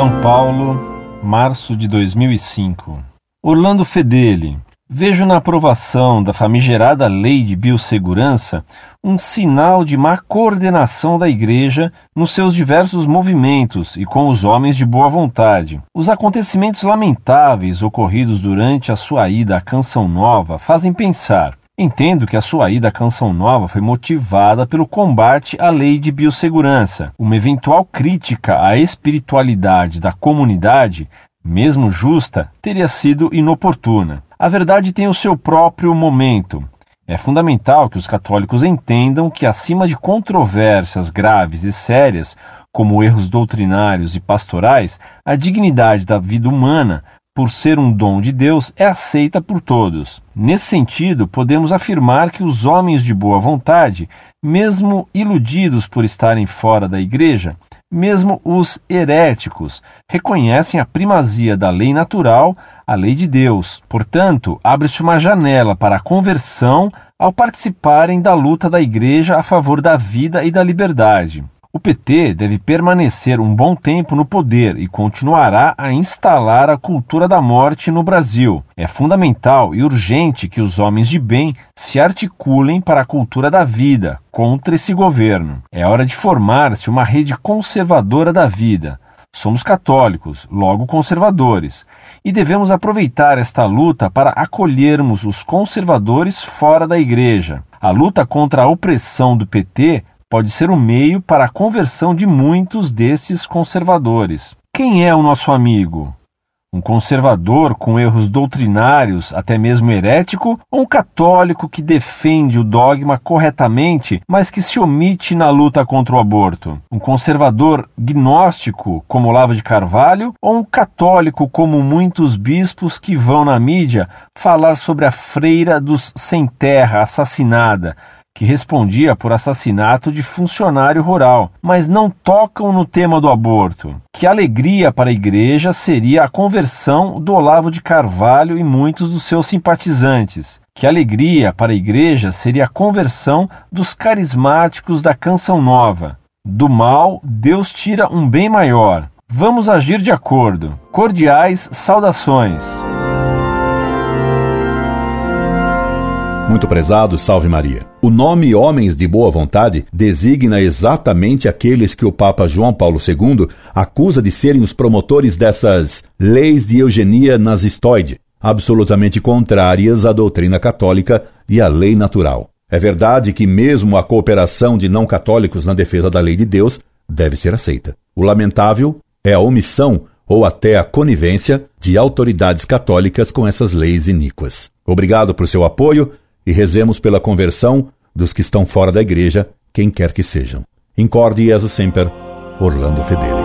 São Paulo, março de 2005. Orlando Fedeli. Vejo na aprovação da famigerada Lei de Biossegurança um sinal de má coordenação da Igreja nos seus diversos movimentos e com os homens de boa vontade. Os acontecimentos lamentáveis ocorridos durante a sua ida à Canção Nova fazem pensar. Entendo que a sua ida à Canção Nova foi motivada pelo combate à Lei de Biossegurança. Uma eventual crítica à espiritualidade da comunidade, mesmo justa, teria sido inoportuna. A verdade tem o seu próprio momento. É fundamental que os católicos entendam que, acima de controvérsias graves e sérias, como erros doutrinários e pastorais, a dignidade da vida humana, por ser um dom de Deus, é aceita por todos. Nesse sentido, podemos afirmar que os homens de boa vontade, mesmo iludidos por estarem fora da Igreja, mesmo os heréticos, reconhecem a primazia da lei natural, a lei de Deus. Portanto, abre-se uma janela para a conversão ao participarem da luta da Igreja a favor da vida e da liberdade. O PT deve permanecer um bom tempo no poder e continuará a instalar a cultura da morte no Brasil. É fundamental e urgente que os homens de bem se articulem para a cultura da vida contra esse governo. É hora de formar-se uma rede conservadora da vida. Somos católicos, logo conservadores, e devemos aproveitar esta luta para acolhermos os conservadores fora da Igreja. A luta contra a opressão do PT pode ser um meio para a conversão de muitos desses conservadores. Quem é o nosso amigo? Um conservador com erros doutrinários, até mesmo herético, ou um católico que defende o dogma corretamente, mas que se omite na luta contra o aborto? Um conservador gnóstico, como Olavo de Carvalho, ou um católico como muitos bispos que vão na mídia falar sobre a freira dos sem terra assassinada, que respondia por assassinato de funcionário rural, mas não tocam no tema do aborto. Que alegria para a Igreja seria a conversão do Olavo de Carvalho e muitos dos seus simpatizantes. Que alegria para a Igreja seria a conversão dos carismáticos da Canção Nova. Do mal, Deus tira um bem maior. Vamos agir de acordo. Cordiais saudações. Muito prezado, salve Maria. O nome Homens de Boa Vontade designa exatamente aqueles que o Papa João Paulo II acusa de serem os promotores dessas leis de eugenia nazistoide, absolutamente contrárias à doutrina católica e à lei natural. É verdade que mesmo a cooperação de não católicos na defesa da lei de Deus deve ser aceita. O lamentável é a omissão ou até a conivência de autoridades católicas com essas leis iníquas. Obrigado por seu apoio e rezemos pela conversão dos que estão fora da Igreja, quem quer que sejam. Incorde Jesus Semper, Orlando Fedeli.